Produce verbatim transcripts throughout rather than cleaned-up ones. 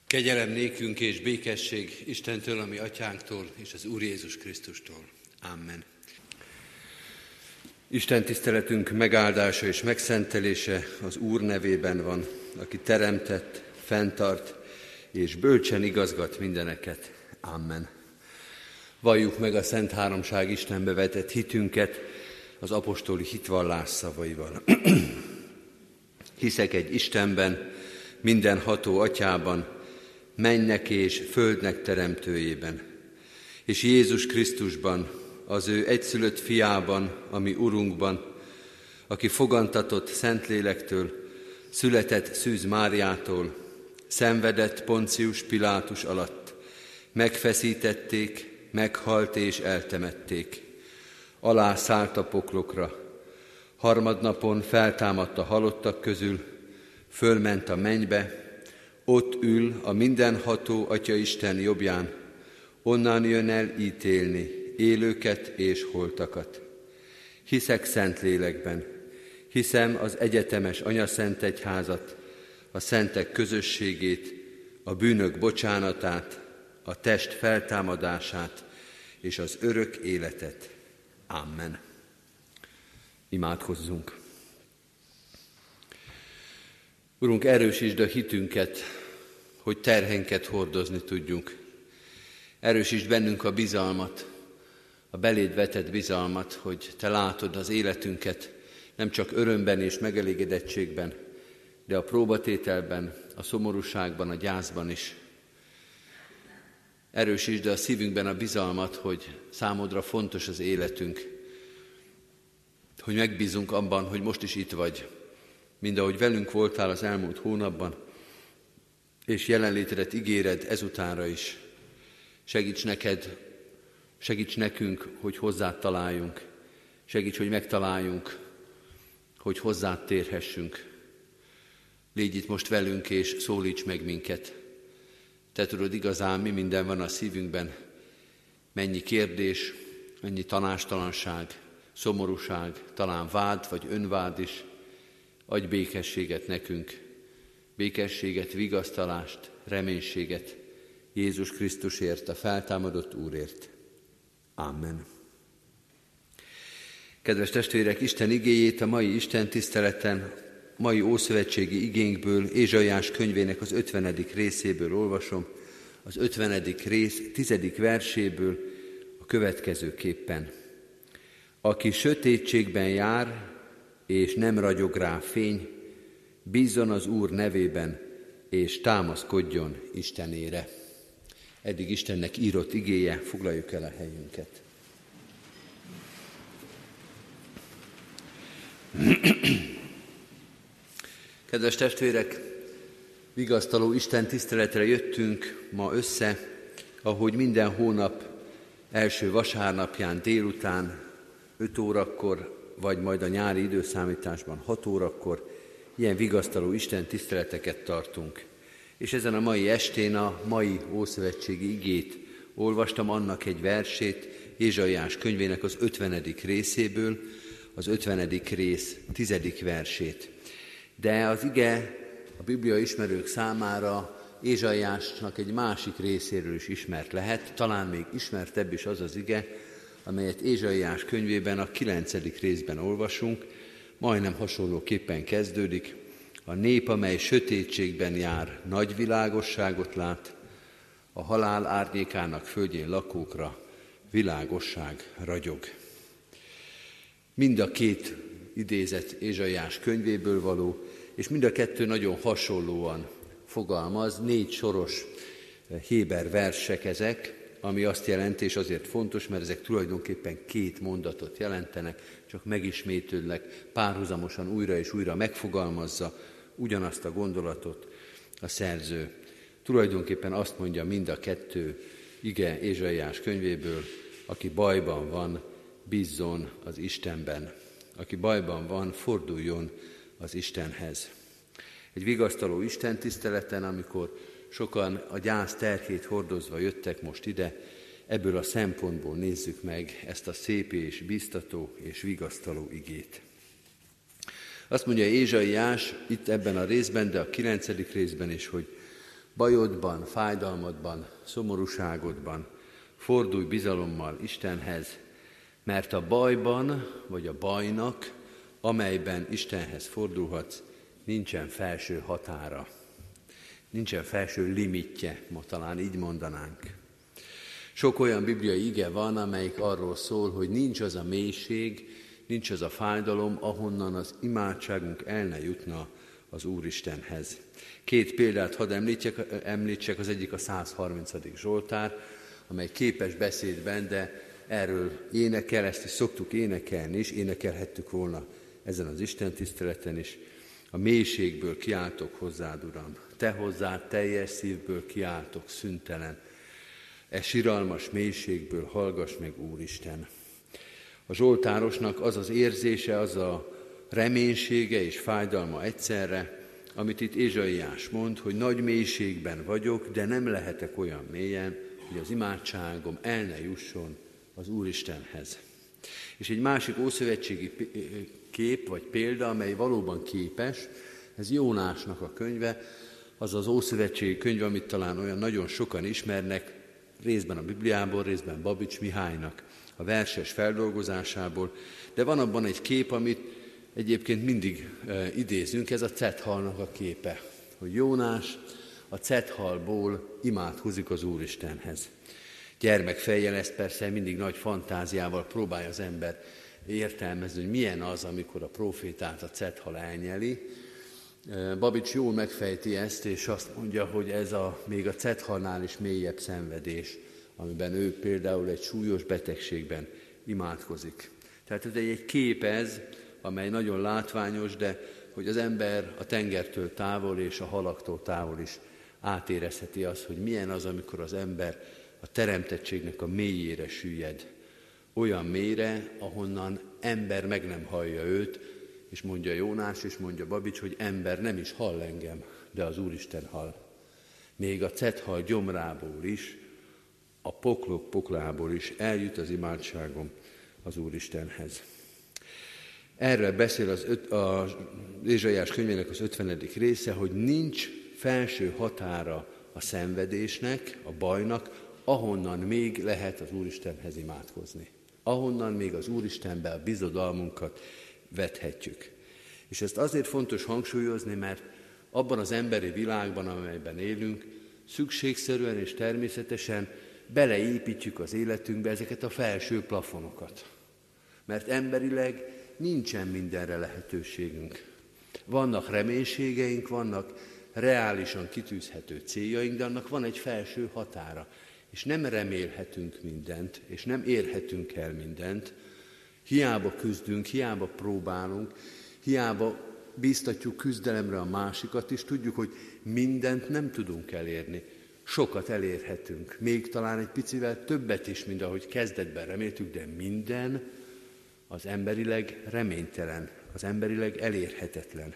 Kegyelem nékünk és békesség Istentől, a mi atyánktól és az Úr Jézus Krisztustól. Amen. Isten tiszteletünk megáldása és megszentelése az Úr nevében van, aki teremtett, fenntart és bölcsen igazgat mindeneket. Amen. Valljuk meg a Szent Háromság Istenbe vetett hitünket az apostoli hitvallás szavaival. Hiszek egy Istenben, mindenható Atyában, mennek és földnek teremtőjében, és Jézus Krisztusban, az ő egyszülött fiában, ami Urunkban, aki fogantatott Szentlélektől, született Szűz Máriától, szenvedett Poncius Pilátus alatt, megfeszítették, meghalt és eltemették, alászállt a poklokra, harmadnapon feltámadt a halottak közül, fölment a mennybe, ott ül a mindenható Atyaisten jobbján, onnan jön el ítélni élőket és holtakat. Hiszek Szentlélekben, hiszem az egyetemes Anyaszentegyházat, a szentek közösségét, a bűnök bocsánatát, a test feltámadását és az örök életet. Amen. Imádkozzunk. Urunk, erősítsd a hitünket, hogy terhenket hordozni tudjunk. Erősítsd bennünk a bizalmat, a beléd vetett bizalmat, hogy Te látod az életünket, nem csak örömben és megelégedettségben, de a próbatételben, a szomorúságban, a gyászban is. Erősítsd a szívünkben a bizalmat, hogy számodra fontos az életünk, hogy megbízunk abban, hogy most is itt vagy, mind ahogy velünk voltál az elmúlt hónapban, és jelenlétedet ígéred ezutánra is. Segíts neked, segíts nekünk, hogy hozzád találjunk, segíts, hogy megtaláljunk, hogy hozzád térhessünk. Légy itt most velünk, és szólíts meg minket. Te tudod igazán, mi minden van a szívünkben, mennyi kérdés, mennyi tanástalanság, szomorúság, talán vád vagy önvád is. Adj békességet nekünk, békességet, vigasztalást, reménységet Jézus Krisztusért, a feltámadott Úrért. Amen. Kedves testvérek, Isten igéjét a mai Isten tiszteleten, mai ószövetségi igénkből, Ézsaiás könyvének az ötvenedik részéből olvasom, az ötvenedik rész tizedik verséből a következőképpen. Aki sötétségben jár, és nem ragyog rá fény, bízzon az Úr nevében, és támaszkodjon Istenére. Eddig Istennek írott igéje, foglaljuk el a helyünket. Kedves testvérek, vigasztaló Isten tiszteletre jöttünk ma össze, ahogy minden hónap első vasárnapján délután öt órakor, vagy majd a nyári időszámításban hat órakor ilyen vigasztaló Isten tiszteleteket tartunk. És ezen a mai estén a mai ószövetségi igét olvastam, annak egy versét, Ézsaiás könyvének az ötvenedik részéből, az ötvenedik rész tizedik versét. De az ige a Biblia ismerők számára Ézsaiásnak egy másik részéről is ismert lehet, talán még ismertebb is az az ige, amelyet Ézsaiás könyvében a kilencedik részben olvasunk, majdnem hasonlóképpen kezdődik. A nép, amely sötétségben jár, nagy világosságot lát, a halál árnyékának földjén lakókra világosság ragyog. Mind a két idézet Ézsaiás könyvéből való, és mind a kettő nagyon hasonlóan fogalmaz, négy soros héber versek ezek, ami azt jelenti, és azért fontos, mert ezek tulajdonképpen két mondatot jelentenek, csak megismétlődnek, párhuzamosan újra és újra megfogalmazza ugyanazt a gondolatot a szerző. Tulajdonképpen azt mondja mind a kettő ige Ézsaiás könyvéből, aki bajban van, bízzon az Istenben. Aki bajban van, forduljon az Istenhez. Egy vigasztaló Isten tiszteleten, amikor sokan a gyász terhét hordozva jöttek most ide, ebből a szempontból nézzük meg ezt a szép és biztató és vigasztaló igét. Azt mondja Ézsaiás itt ebben a részben, de a kilencedik részben is, hogy Bajodban, fájdalmadban, szomorúságodban fordulj bizalommal Istenhez, mert a bajban, vagy a bajnak, amelyben Istenhez fordulhatsz, nincsen felső határa. Nincsen felső limitje, ma talán így mondanánk. Sok olyan bibliai ige van, amelyik arról szól, hogy nincs az a mélység, nincs az a fájdalom, ahonnan az imádságunk el ne jutna az Úristenhez. Két példát hadd említsek, említsek, az egyik a száz harmincadik Zsoltár, amely képes beszédben, de erről énekel, ezt is szoktuk énekelni is, énekelhettük volna ezen az Isten tiszteleten is. A mélységből kiáltok hozzád, Uram, te hozzád teljes szívből kiáltok szüntelen. E siralmas mélységből hallgass meg, Úristen. A zsoltárosnak az az érzése, az a reménysége és fájdalma egyszerre, amit itt Ézsaiás mond, hogy nagy mélységben vagyok, de nem lehetek olyan mélyen, hogy az imádságom el ne jusson az Úristenhez. És egy másik ószövetségi kép vagy példa, amely valóban képes, ez Jónásnak a könyve, az az ószövetségi könyv, amit talán olyan nagyon sokan ismernek, részben a Bibliából, részben Babics Mihálynak a verses feldolgozásából, de van abban egy kép, amit egyébként mindig e, idézünk, ez a cethalnak a képe, hogy Jónás a cethalból imádkozik az Úristenhez. Gyermekfejjel ezt persze mindig nagy fantáziával próbálja az ember értelmezni, hogy milyen az, amikor a prófétát a cethal elnyeli. Babics jól megfejti ezt, és azt mondja, hogy ez a, még a cethalnál is mélyebb szenvedés, amiben ő például egy súlyos betegségben imádkozik. Tehát ez egy kép ez, amely nagyon látványos, de hogy az ember a tengertől távol és a halaktól távol is átérezheti azt, hogy milyen az, amikor az ember a teremtettségnek a mélyére süllyed. Olyan mélyre, ahonnan ember meg nem hallja őt, és mondja Jónás, és mondja Babics, hogy ember nem is hall engem, de az Úristen hall. Még a cethal gyomrából is, a poklok poklából is eljut az imádságom az Úristenhez. Erről beszél az, öt, az Ézsaiás könyvének az ötvenedik része, hogy nincs felső határa a szenvedésnek, a bajnak, ahonnan még lehet az Úristenhez imádkozni. Ahonnan még az Úristenbe a bizodalmunkat vethetjük. És ezt azért fontos hangsúlyozni, mert abban az emberi világban, amelyben élünk, szükségszerűen és természetesen beleépítjük az életünkbe ezeket a felső plafonokat. Mert emberileg nincsen mindenre lehetőségünk. Vannak reménységeink, vannak reálisan kitűzhető céljaink, de annak van egy felső határa. És nem remélhetünk mindent, és nem érhetünk el mindent. Hiába küzdünk, hiába próbálunk, hiába bíztatjuk küzdelemre a másikat is, tudjuk, hogy mindent nem tudunk elérni. Sokat elérhetünk, még talán egy picivel többet is, mint ahogy kezdetben reméltük, de minden az emberileg reménytelen, az emberileg elérhetetlen.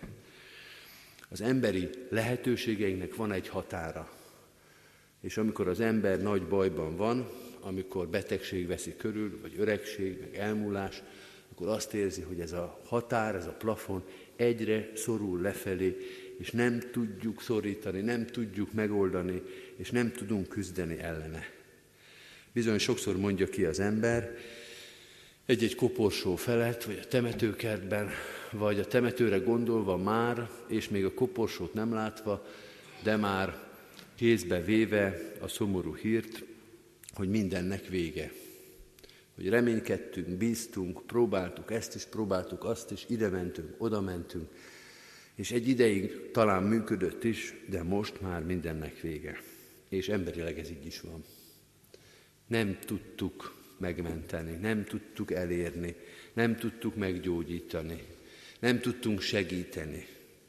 Az emberi lehetőségeinknek van egy határa, és amikor az ember nagy bajban van, amikor betegség veszi körül, vagy öregség, meg elmúlás, akkor azt érzi, hogy ez a határ, ez a plafon egyre szorul lefelé, és nem tudjuk szorítani, nem tudjuk megoldani, és nem tudunk küzdeni ellene. Bizony sokszor mondja ki az ember, egy-egy koporsó felett, vagy a temetőkertben, vagy a temetőre gondolva már, és még a koporsót nem látva, de már kézbe véve a szomorú hírt, hogy mindennek vége. Hogy reménykedtünk, bíztunk, próbáltuk ezt is, próbáltuk azt is, ide mentünk, oda mentünk, és egy ideig talán működött is, de most már mindennek vége. És emberileg ez így is van. Nem tudtuk megmenteni, nem tudtuk elérni, nem tudtuk meggyógyítani, nem tudtunk segíteni.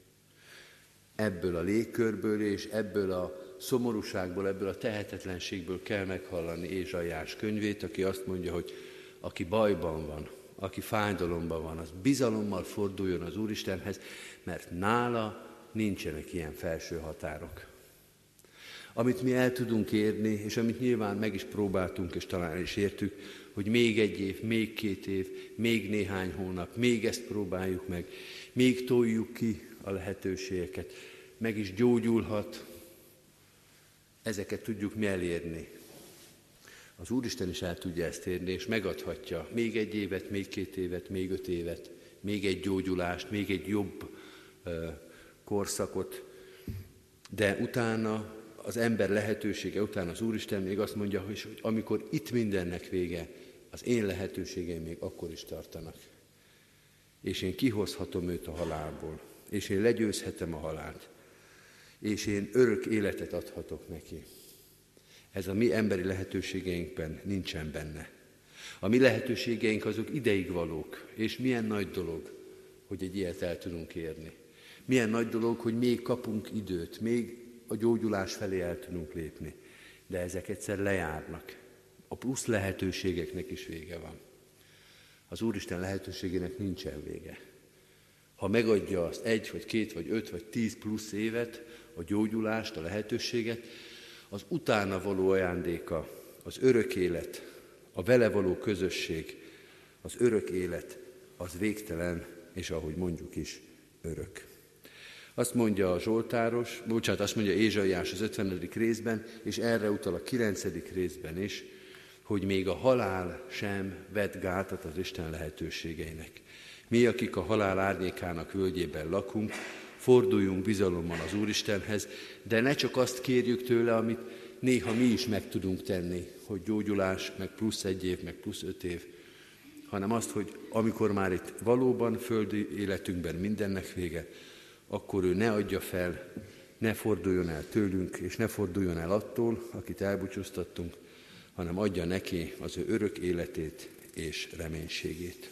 Ebből a légkörből és ebből a szomorúságból, ebből a tehetetlenségből kell meghallani Ézsaiás könyvét, aki azt mondja, hogy aki bajban van, aki fájdalomban van, az bizalommal forduljon az Úristenhez, mert nála nincsenek ilyen felső határok. Amit mi el tudunk érni, és amit nyilván meg is próbáltunk, és talán is értük, hogy még egy év, még két év, még néhány hónap, még ezt próbáljuk meg, még toljuk ki a lehetőségeket, meg is gyógyulhat, ezeket tudjuk mi elérni. Az Úristen is el tudja ezt érni, és megadhatja még egy évet, még két évet, még öt évet, még egy gyógyulást, még egy jobb ö, korszakot, de utána az ember lehetősége, utána az Úristen még azt mondja, hogy amikor itt mindennek vége, az én lehetőségeim még akkor is tartanak. És én kihozhatom őt a halálból, és én legyőzhetem a halált, és én örök életet adhatok neki. Ez a mi emberi lehetőségeinkben nincsen benne. A mi lehetőségeink azok ideig valók, és milyen nagy dolog, hogy egy ilyet el tudunk érni. Milyen nagy dolog, hogy még kapunk időt, még a gyógyulás felé el tudunk lépni. De ezek egyszer lejárnak. A plusz lehetőségeknek is vége van. Az Úristen lehetőségének nincsen vége. Ha megadja azt egy, vagy két, vagy öt, vagy tíz plusz évet, a gyógyulást, a lehetőséget, az utána való ajándéka, az örök élet, a vele való közösség, az örök élet, az végtelen, és ahogy mondjuk is, örök. Azt mondja a Zsoltáros, bocsánat, azt mondja Ézsaiás az ötvenedik részben, és erre utal a kilencedik részben is, hogy még a halál sem vet gátat az Isten lehetőségeinek. Mi, akik a halál árnyékának völgyében lakunk, forduljunk bizalommal az Úristenhez, de ne csak azt kérjük tőle, amit néha mi is meg tudunk tenni, hogy gyógyulás, meg plusz egy év, meg plusz öt év, hanem azt, hogy amikor már itt valóban földi életünkben mindennek vége, akkor ő ne adja fel, ne forduljon el tőlünk, és ne forduljon el attól, akit elbúcsúztattunk, hanem adja neki az ő örök életét és reménységét.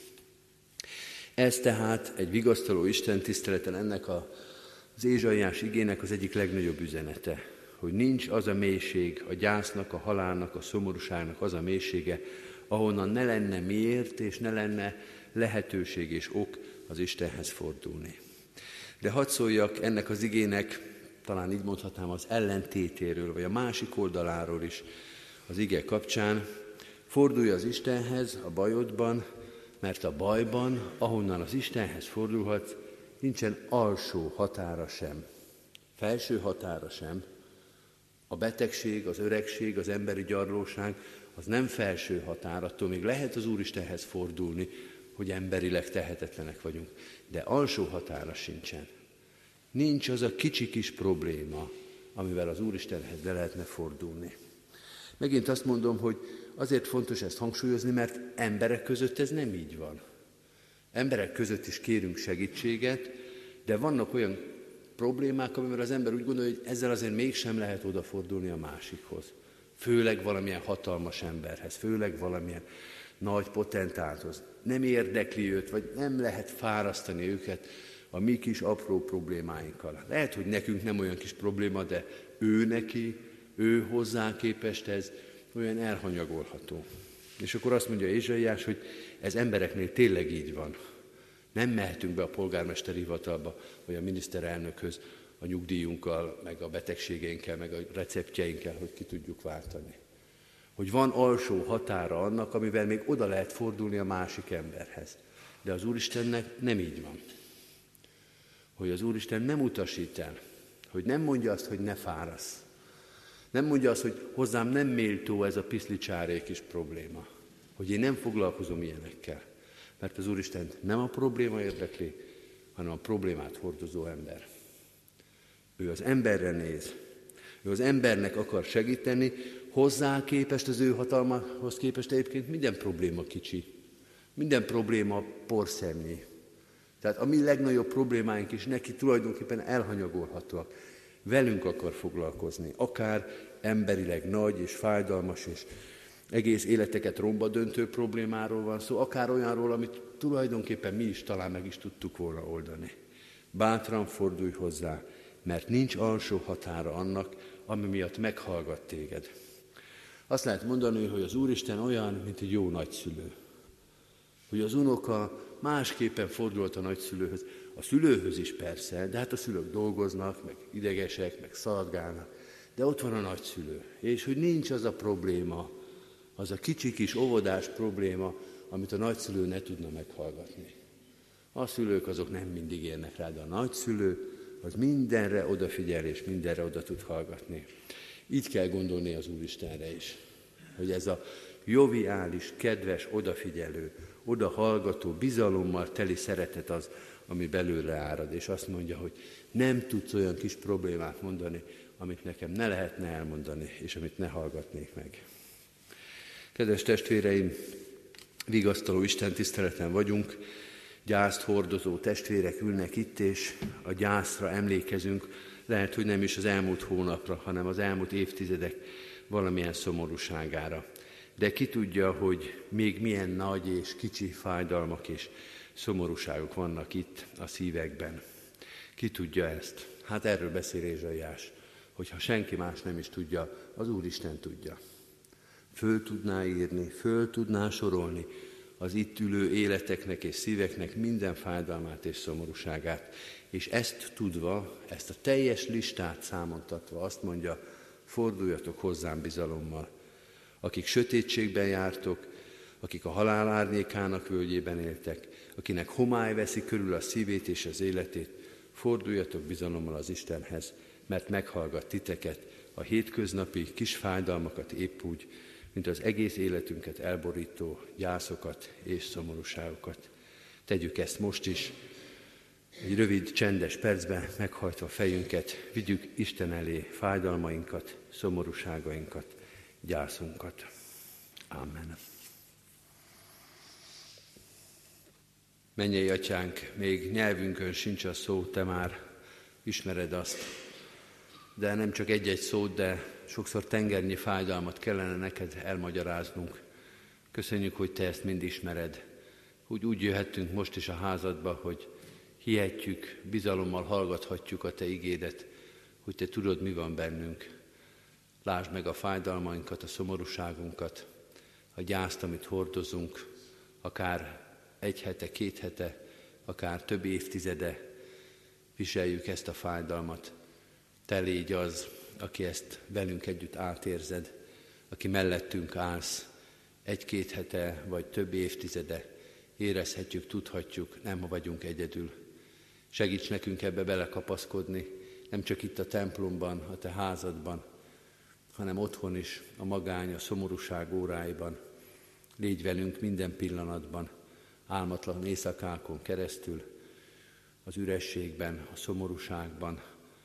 Ez tehát egy vigasztaló Isten tiszteleten ennek a, az Ézsaiás igének az egyik legnagyobb üzenete, hogy nincs az a mélység, a gyásznak, a halálnak, a szomorúságnak az a mélysége, ahonnan ne lenne miért, és ne lenne lehetőség és ok az Istenhez fordulni. De hadd szóljak ennek az igének, talán így mondhatnám, az ellentétéről, vagy a másik oldaláról is az ige kapcsán. Fordulj az Istenhez a bajodban, mert a bajban, ahonnan az Istenhez fordulhatsz, nincsen alsó határa sem, felső határa sem. A betegség, az öregség, az emberi gyarlóság, az nem felső határ, attól még lehet az Úristenhez fordulni, hogy emberileg tehetetlenek vagyunk, de alsó határa sincsen. Nincs az a kicsi kis probléma, amivel az Úristenhez le lehetne fordulni. Megint azt mondom, hogy azért fontos ezt hangsúlyozni, mert emberek között ez nem így van. Emberek között is kérünk segítséget, de vannak olyan problémák, amivel az ember úgy gondolja, hogy ezzel azért mégsem lehet odafordulni a másikhoz. Főleg valamilyen hatalmas emberhez, főleg valamilyen nagy potentáthoz. Nem érdekli őt, vagy nem lehet fárasztani őket a mi kis apró problémáinkkal. Lehet, hogy nekünk nem olyan kis probléma, de ő neki, ő hozzá képest ez olyan elhanyagolható. És akkor azt mondja Ézsaiás, hogy ez embereknél tényleg így van. Nem mehetünk be a polgármesteri hivatalba, vagy a miniszterelnökhöz a nyugdíjunkkal, meg a betegségeinkkel, meg a receptjeinkkel, hogy ki tudjuk váltani. Hogy van alsó határa annak, amivel még oda lehet fordulni a másik emberhez. De az Úristennek nem így van. Hogy az Úristen nem utasít el, hogy nem mondja azt, hogy ne fárasz. Nem mondja azt, hogy hozzám nem méltó ez a piszlicsárék kis probléma. Hogy én nem foglalkozom ilyenekkel. Mert az Úristen nem a probléma érdekli, hanem a problémát hordozó ember. Ő az emberre néz. Ő az embernek akar segíteni, hozzá képest, az ő hatalmához képest egyébként minden probléma kicsi. Minden probléma porszemnyi. Tehát a mi legnagyobb problémáink is neki tulajdonképpen elhanyagolhatóak. Velünk akar foglalkozni, akár emberileg nagy és fájdalmas és egész életeket romba döntő problémáról van szó, akár olyanról, amit tulajdonképpen mi is talán meg is tudtuk volna oldani. Bátran fordulj hozzá, mert nincs alsó határa annak, ami miatt meghallgat téged. Azt lehet mondani, hogy az Úristen olyan, mint egy jó nagyszülő. Hogy az unoka másképpen fordult a nagyszülőhöz. A szülőhöz is persze, de hát a szülők dolgoznak, meg idegesek, meg szaladgálnak. De ott van a nagyszülő. És hogy nincs az a probléma, az a kicsi kis óvodás probléma, amit a nagyszülő ne tudna meghallgatni. A szülők azok nem mindig érnek rá, de a nagyszülő az mindenre odafigyel és mindenre oda tud hallgatni. Így kell gondolni az Úristenre is, hogy ez a joviális, kedves, odafigyelő, odahallgató, bizalommal teli szeretet az, ami belőle árad, és azt mondja, hogy nem tudsz olyan kis problémát mondani, amit nekem ne lehetne elmondani, és amit ne hallgatnék meg. Kedves testvéreim, vigasztaló Isten tiszteleten vagyunk, gyászt hordozó testvérek ülnek itt, és a gyászra emlékezünk, lehet, hogy nem is az elmúlt hónapra, hanem az elmúlt évtizedek valamilyen szomorúságára. De ki tudja, hogy még milyen nagy és kicsi fájdalmak és szomorúságok vannak itt a szívekben. Ki tudja ezt? Hát erről beszél Ézsaiás, hogy ha senki más nem is tudja, az Úristen tudja. Föl tudná írni, föl tudná sorolni az itt ülő életeknek és szíveknek minden fájdalmát és szomorúságát. És ezt tudva, ezt a teljes listát számontatva azt mondja, forduljatok hozzám bizalommal. Akik sötétségben jártok, akik a halál árnyékának völgyében éltek, akinek homály veszi körül a szívét és az életét, forduljatok bizalommal az Istenhez, mert meghallgat titeket, a hétköznapi kis fájdalmakat épp úgy, mint az egész életünket elborító gyászokat és szomorúságokat. Tegyük ezt most is, egy rövid, csendes percben meghajtva fejünket, vigyük Isten elé fájdalmainkat, szomorúságainkat, gyászunkat. Amen. Mennyei Atyánk, még nyelvünkön sincs a szó, Te már ismered azt. De nem csak egy-egy szót, de sokszor tengernyi fájdalmat kellene neked elmagyaráznunk. Köszönjük, hogy Te ezt mind ismered. Úgy, úgy jöhettünk most is a házadba, hogy hihetjük, bizalommal hallgathatjuk a Te igédet, hogy Te tudod, mi van bennünk. Lásd meg a fájdalmainkat, a szomorúságunkat, a gyászt, amit hordozunk, akár egy hete, két hete, akár több évtizede viseljük ezt a fájdalmat. Te légy az, aki ezt velünk együtt átérzed, aki mellettünk állsz, egy-két hete vagy több évtizede, érezhetjük, tudhatjuk, nem vagyunk egyedül. Segíts nekünk ebbe belekapaszkodni, nem csak itt a templomban, a Te házadban, hanem otthon is, a magány, a szomorúság óráiban. Légy velünk minden pillanatban, álmatlan éjszakákon keresztül, az ürességben, a szomorúságban,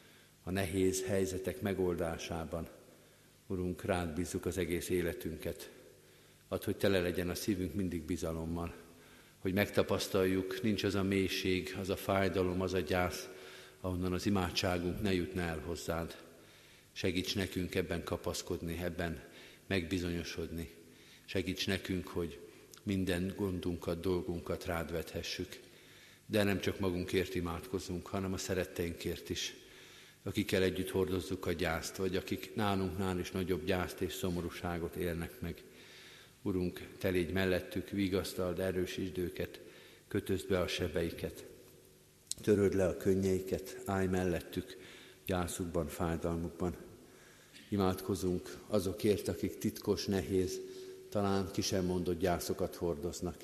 a nehéz helyzetek megoldásában. Urunk, rád bízzuk az egész életünket. Add, hogy tele legyen a szívünk mindig bizalommal, hogy megtapasztaljuk, nincs az a mélység, az a fájdalom, az a gyász, ahonnan az imádságunk ne jutna el hozzád. Segíts nekünk ebben kapaszkodni, ebben megbizonyosodni. Segíts nekünk, hogy minden gondunkat, dolgunkat rád vethessük. De nem csak magunkért imádkozunk, hanem a szeretteinkért is, akikkel együtt hordozzuk a gyászt, vagy akik nálunknál is nagyobb gyászt és szomorúságot élnek meg. Urunk, Te légy mellettük, vigasztald, erősítsd őket, kötözd be a sebeiket, töröd le a könnyeiket, állj mellettük, gyászukban, fájdalmukban. Imádkozunk azokért, akik titkos, nehéz, talán ki sem mondott gyászokat hordoznak,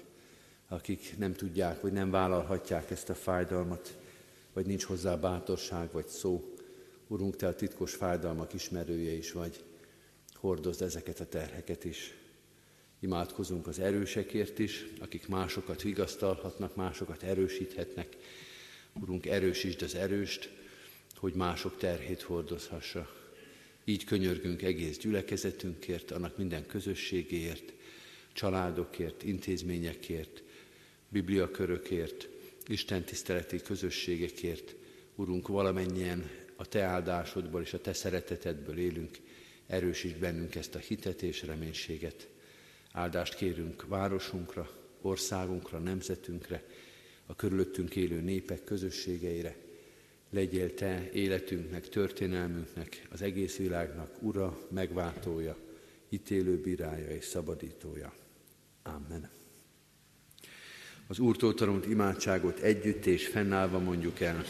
akik nem tudják, vagy nem vállalhatják ezt a fájdalmat, vagy nincs hozzá bátorság, vagy szó. Urunk, Te a titkos fájdalmak ismerője is vagy, hordozd ezeket a terheket is. Imádkozunk az erősekért is, akik másokat vigasztalhatnak, másokat erősíthetnek. Urunk, erősítsd az erőst, hogy mások terhét hordozhassa. Így könyörgünk egész gyülekezetünkért, annak minden közösségéért, családokért, intézményekért, bibliakörökért, istentiszteleti közösségekért. Urunk, valamennyien a Te áldásodból és a Te szeretetedből élünk, erősítsd bennünk ezt a hitet és reménységet. Áldást kérünk városunkra, országunkra, nemzetünkre, a körülöttünk élő népek közösségeire. Legyél Te életünknek, történelmünknek, az egész világnak ura, megváltója, ítélő bírálja és szabadítója. Amen. Az Úrtól tanult imádságot együtt és fennállva mondjuk el.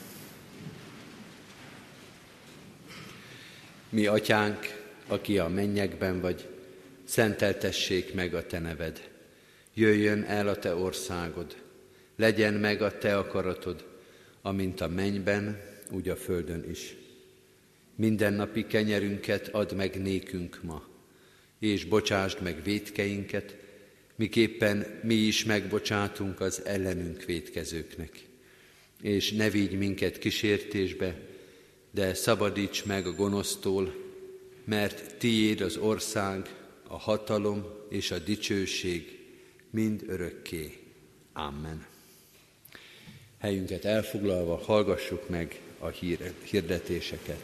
Mi Atyánk, aki a mennyekben vagy, szenteltessék meg a Te neved. Jöjjön el a Te országod, legyen meg a Te akaratod, amint a mennyben, úgy a földön is. Mindennapi kenyerünket add meg nékünk ma, és bocsásd meg vétkeinket, miképpen mi is megbocsátunk az ellenünk vétkezőknek. És ne vigy minket kísértésbe, de szabadíts meg a gonosztól, mert tiéd az ország, a hatalom és a dicsőség mind örökké. Amen. Helyünket elfoglalva hallgassuk meg a hír, hirdetéseket.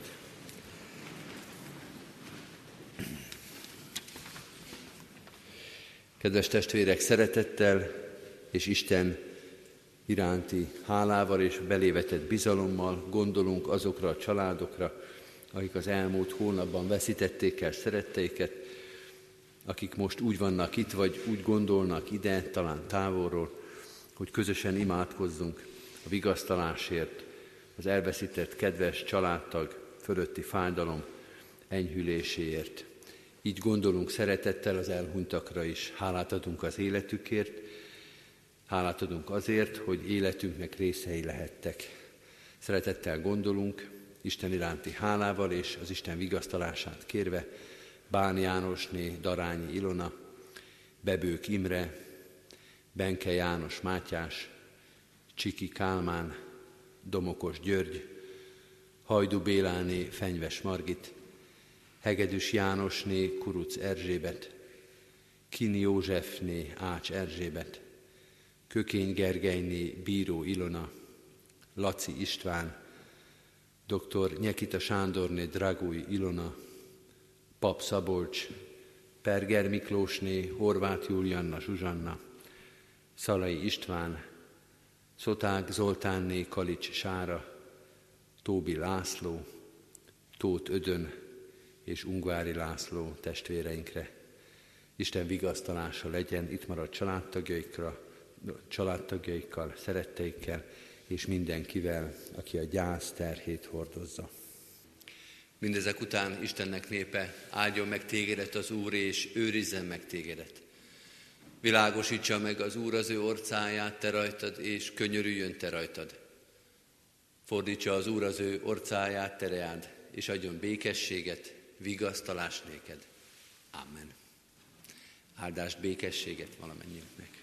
Kedves testvérek, szeretettel és Isten iránti hálával és belévetett bizalommal gondolunk azokra a családokra, akik az elmúlt hónapban veszítették el szeretteiket, akik most úgy vannak itt, vagy úgy gondolnak ide, talán távolról, hogy közösen imádkozzunk a vigasztalásért, az elveszített kedves családtag fölötti fájdalom enyhüléséért. Így gondolunk szeretettel az elhunytakra is. Hálát adunk az életükért, hálát adunk azért, hogy életünknek részei lehettek. Szeretettel gondolunk, Isten iránti hálával és az Isten vigasztalását kérve, Bán Jánosné, Darányi Ilona, Bebők Imre, Benke János Mátyás, Csiki Kálmán, Domokos György, Hajdú Béláné, Fenyves Margit, Hegedűs Jánosné, Kuruc Erzsébet, Kini Józsefné, Ács Erzsébet, Kökény Gergelyné, Bíró Ilona, Laci István, dr. Nyekita Sándorné, Dragúj Ilona, Pap Szabolcs, Perger Miklósné, Horváth Julianna Zsuzsanna, Szalai István, Szoták Zoltánné, Kalics Sára, Tóbi László, Tóth Ödön és Ungvári László testvéreinkre. Isten vigasztalása legyen itt maradt családtagjaikra, családtagjaikkal, szeretteikkel és mindenkivel, aki a gyász terhét hordozza. Mindezek után Istennek népe, áldjon meg tégedet az Úr, és őrizzen meg tégedet. Világosítsa meg az Úr az ő orcáját te rajtad, és könyörüljön te rajtad. Fordítsa az Úr az ő orcáját te reád, és adjon békességet, vigasztalást néked. Amen. Áldást, békességet valamennyiünknek.